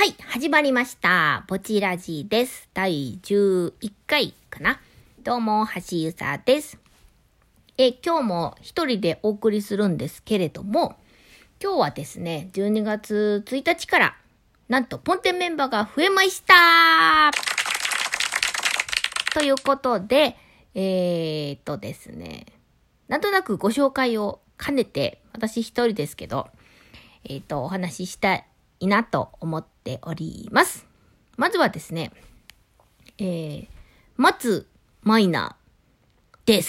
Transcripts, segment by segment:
はい、始まりました。ポチラジです。第11回かな。どうも、橋ゆさです。今日も一人でお送りするんですけれども、今日はですね、12月1日から、なんとポンテンメンバーが増えましたということで、ですね、なんとなくご紹介を兼ねて、私一人ですけど、お話ししたいなと思っております。まずはですね、松マイナーです。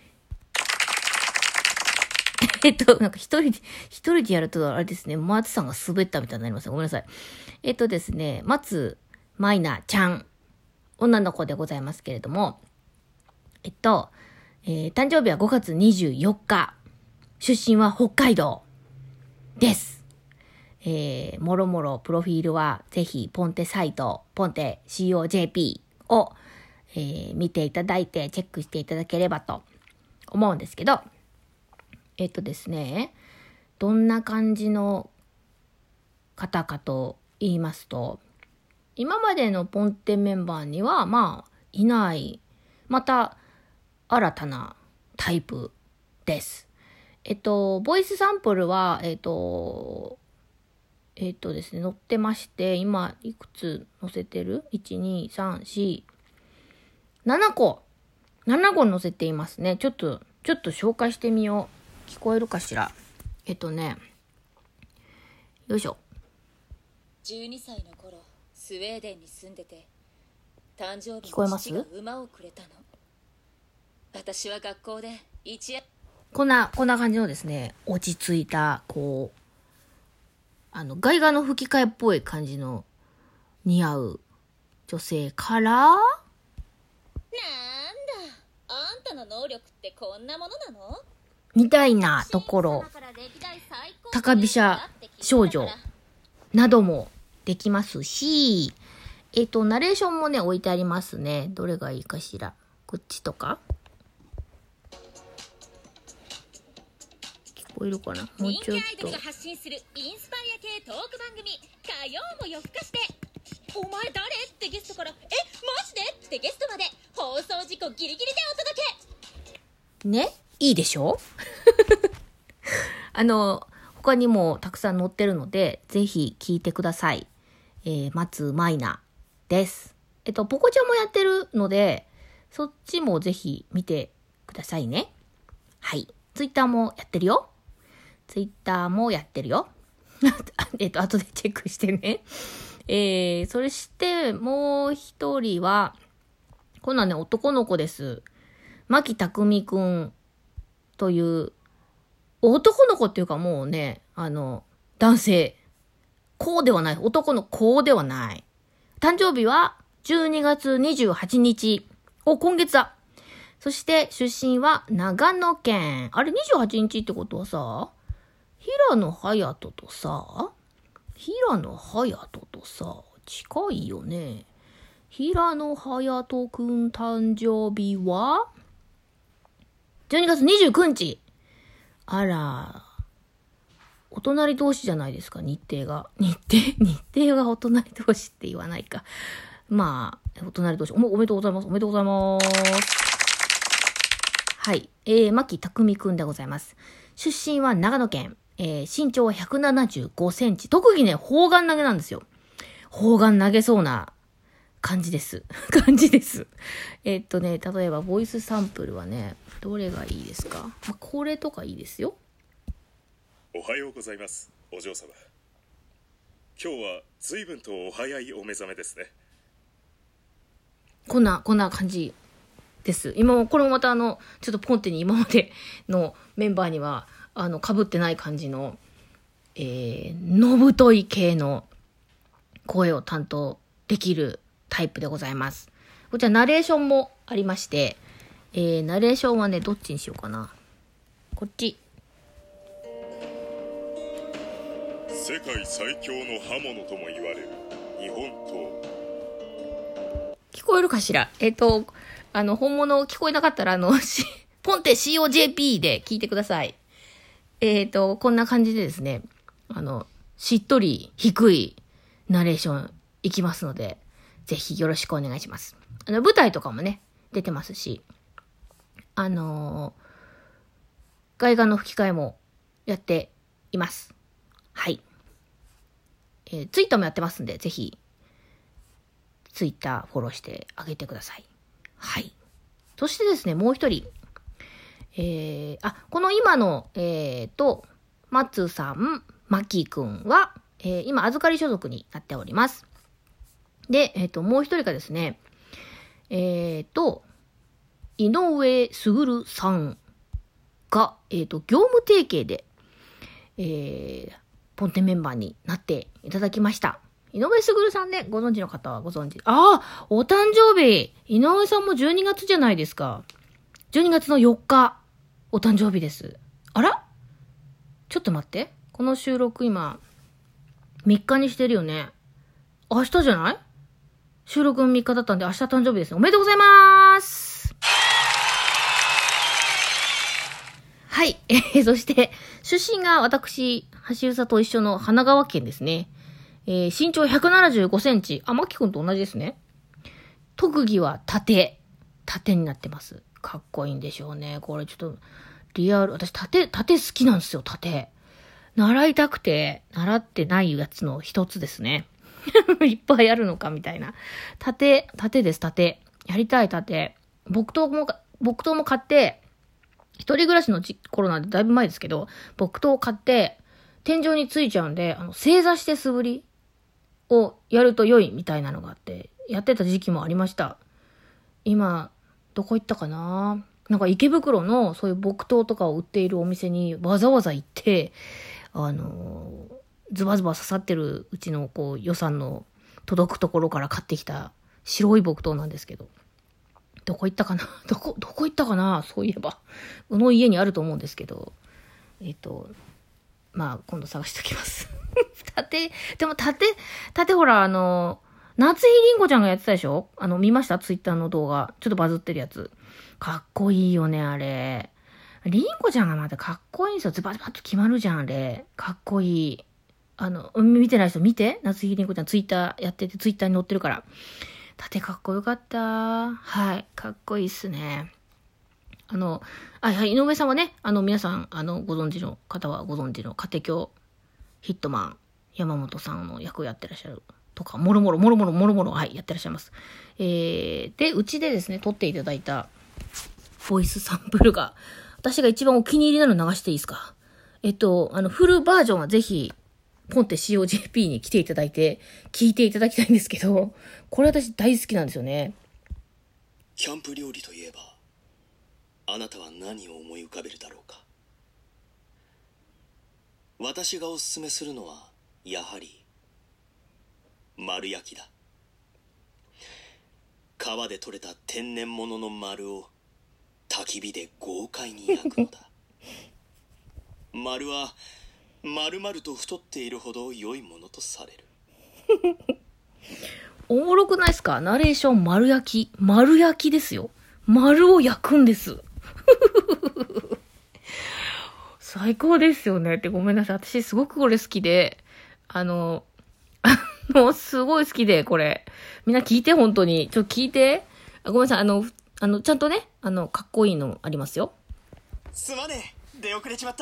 なんか一人でやるとあれですね、松さんが滑ったみたいになります。ごめんなさい。ですね、松マイナーちゃん、女の子でございますけれども、誕生日は5月24日、出身は北海道です。もろもろプロフィールはぜひポンテサイト、ポンテ COJP を、見ていただいてチェックしていただければと思うんですけど、ですね、どんな感じの方かと言いますと、今までのポンテメンバーにはいない、また新たなタイプです。ボイスサンプルはですね、載ってまして、今いくつ載せてる ?1、2、3、4、7個載せていますね。ちょっと紹介してみよう。聞こえるかしら。よいしょ。 12歳の頃、スウェーデンに住んでて、誕生日聞こえます？ に父が馬をくれたの。私は学校でこんな感じのですね、落ち着いた、外画の吹き替えっぽい感じの似合う女性から、 なんだ、あんたの能力ってこんなものなの？ みたいなところ、高飛車少女などもできますし、ナレーションもね、置いてありますね。どれがいいかしら。こっちとか聞こえるかな？もうちょっと。 人気アイドルが発信するインスパイア系トーク番組、火曜も夜更かして、お前誰ってゲストから、マジでってゲストまで、放送事故ギリギリでお届けね、いいでしょ他にもたくさん載ってるので、ぜひ聞いてください。松マイナです。ポコちゃんもやってるので、そっちもぜひ見てくださいね。はい。ツイッターもやってるよ。後でチェックしてね。それして、もう一人は、こんなんね、男の子です。牧匠くんという、男の子っていうかもうね、男性。こうではない。男の子ではない。誕生日は12月28日。今月だ。そして出身は長野県。あれ28日ってことはさ、平野隼人とさ、近いよね。平野隼人くん誕生日は12月29日。あら、お隣同士じゃないですか、日程がお隣同士って言わないか。お隣同士。おめでとうございます。はい。牧匠くんでございます。出身は長野県。身長は175センチ。特技ね、砲丸投げなんですよ。砲丸投げそうな感じです。例えば、ボイスサンプルはね、どれがいいですか？これとかいいですよ。 おはようございます、お嬢様。今日は随分とお早いお目覚めですね。 こんな感じです。これもまたちょっとポンテに今までのメンバーには、被ってない感じの、のぶとい系の声を担当できるタイプでございます。こちらナレーションもありまして、ナレーションはね、どっちにしようかな。こっち。 世界最強の刃物とも言われる日本刀。 聞こえるかしら？本物聞こえなかったら、ポンテ COJP で聞いてください。こんな感じでですね、しっとり低いナレーション行きますので、ぜひよろしくお願いします。舞台とかもね、出てますし、外画の吹き替えもやっています。はい。ツイッターもやってますんで、ぜひ、ツイッターフォローしてあげてください。はい。そしてですね、もう一人。この今の、マッツーさん、マッキーくんは、今、預かり所属になっております。で、もう一人がですね、井上卓さんが、業務提携で、ポンテメンバーになっていただきました。井上卓さんね、ご存知の方はご存知。お誕生日。井上さんも12月じゃないですか。12月の4日、お誕生日です。あら？ちょっと待って。この収録今、3日にしてるよね。明日じゃない？収録3日だったんで明日誕生日ですね。おめでとうございます。はい。そして、出身が私、橋うと一緒の神奈川県ですね。身長175センチ。マキ君と同じですね。特技は盾になってます。かっこいいんでしょうね。これちょっと、リアル。私、盾好きなんですよ、盾。習いたくて、習ってないやつの一つですね。いっぱいあるのか、みたいな。盾です、盾。やりたい盾。木刀も買って、一人暮らしのコロナでだいぶ前ですけど、木刀を買って、天井についちゃうんで、正座して素振りをやると良いみたいなのがあって、やってた時期もありました。今、どこ行ったかな？なんか池袋のそういう木刀とかを売っているお店にわざわざ行って、ズバズバ刺さってるうちのこう予算の届くところから買ってきた白い木刀なんですけど、どこ行ったかなどこ行ったかなそういえば。の家にあると思うんですけど、今度探しておきます。でも盾ほら、夏日りんごちゃんがやってたでしょ？見ました？ツイッターの動画。ちょっとバズってるやつ。かっこいいよね、あれ。りんごちゃんがまたかっこいいんですよ。ズバズバッと決まるじゃん、あれ。かっこいい。見てない人見て。夏日りんごちゃんツイッターやってて、ツイッターに載ってるから。盾かっこよかった。はい。かっこいいっすね。井上さんはね、皆さん、ご存知の方はご存知の家庭教ヒットマン、山本さんの役をやってらっしゃるとか、もろもろ、はい、やってらっしゃいます。で、うちでですね、撮っていただいた、ボイスサンプルが、私が一番お気に入りなの流していいですか？フルバージョンはぜひ、ポンテ COJP に来ていただいて、聞いていただきたいんですけど、これ私大好きなんですよね。 キャンプ料理といえば、あなたは何を思い浮かべるだろうか。私がおすすめするのはやはり丸焼きだ。川で採れた天然物の丸を焚き火で豪快に焼くのだ。丸は丸々と太っているほど良いものとされる。 おもろくないですか？ナレーション丸焼きですよ。丸を焼くんです。最高ですよね。ってごめんなさい。私すごくこれ好きで、すごい好きで、これ。みんな聞いて、本当に。聞いて。ごめんなさい。ちゃんとね、かっこいいのありますよ。 すまねえ。出遅れちまった。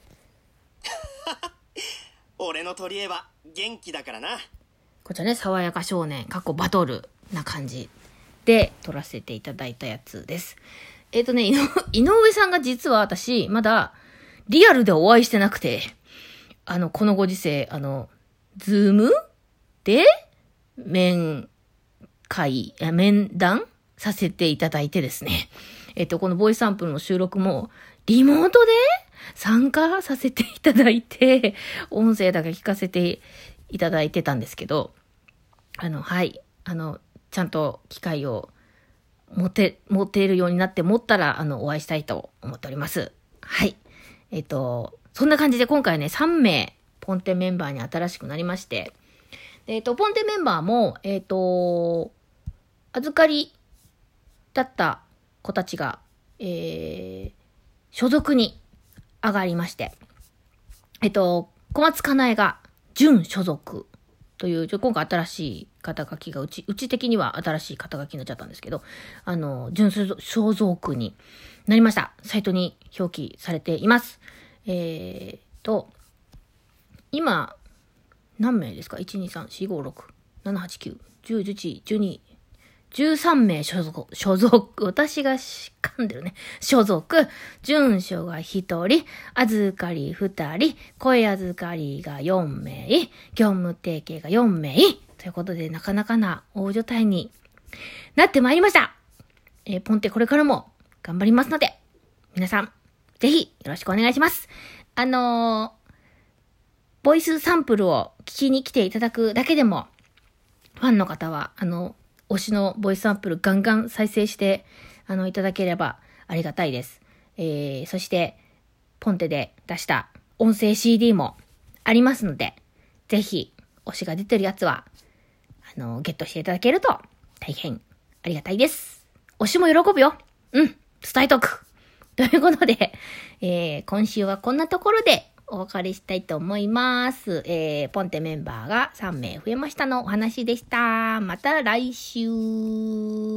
俺の取り柄は元気だからな。 こちらね、爽やか少年、バトルな感じで撮らせていただいたやつです。井上さんが実は私、まだ、リアルでお会いしてなくて、このご時世、ズームで、面談させていただいてですね。このボイスサンプルの収録も、リモートで参加させていただいて、音声だけ聞かせていただいてたんですけど、はい、ちゃんと機会を持てるようになって持ったら、お会いしたいと思っております。はい。そんな感じで今回ね、3名、ポンテメンバーに新しくなりまして、ポンテメンバーも、預かりだった子たちが、所属に上がりまして、小松かなえが準所属という、今回新しい肩書きがうち的には新しい肩書きになっちゃったんですけど、純肖像区になりました。サイトに表記されています。今、何名ですか ?1、2、3、4、5、6、7、8、9、10、11、12、13名所属、私が噛んでるね。所属、準所が1人、預かり2人、声預かりが4名、業務提携が4名、ということでなかなかな大所帯になってまいりました。ポンテこれからも頑張りますので、皆さん、ぜひよろしくお願いします。ボイスサンプルを聞きに来ていただくだけでも、ファンの方は、推しのボイスサンプルガンガン再生して、いただければありがたいです。そして、ポンテで出した音声 CD もありますので、ぜひ、推しが出てるやつは、ゲットしていただけると、大変ありがたいです。推しも喜ぶよ。伝えとく。ということで、今週はこんなところで、お別れしたいと思います。ポンテメンバーが3名増えましたのお話でした。また来週。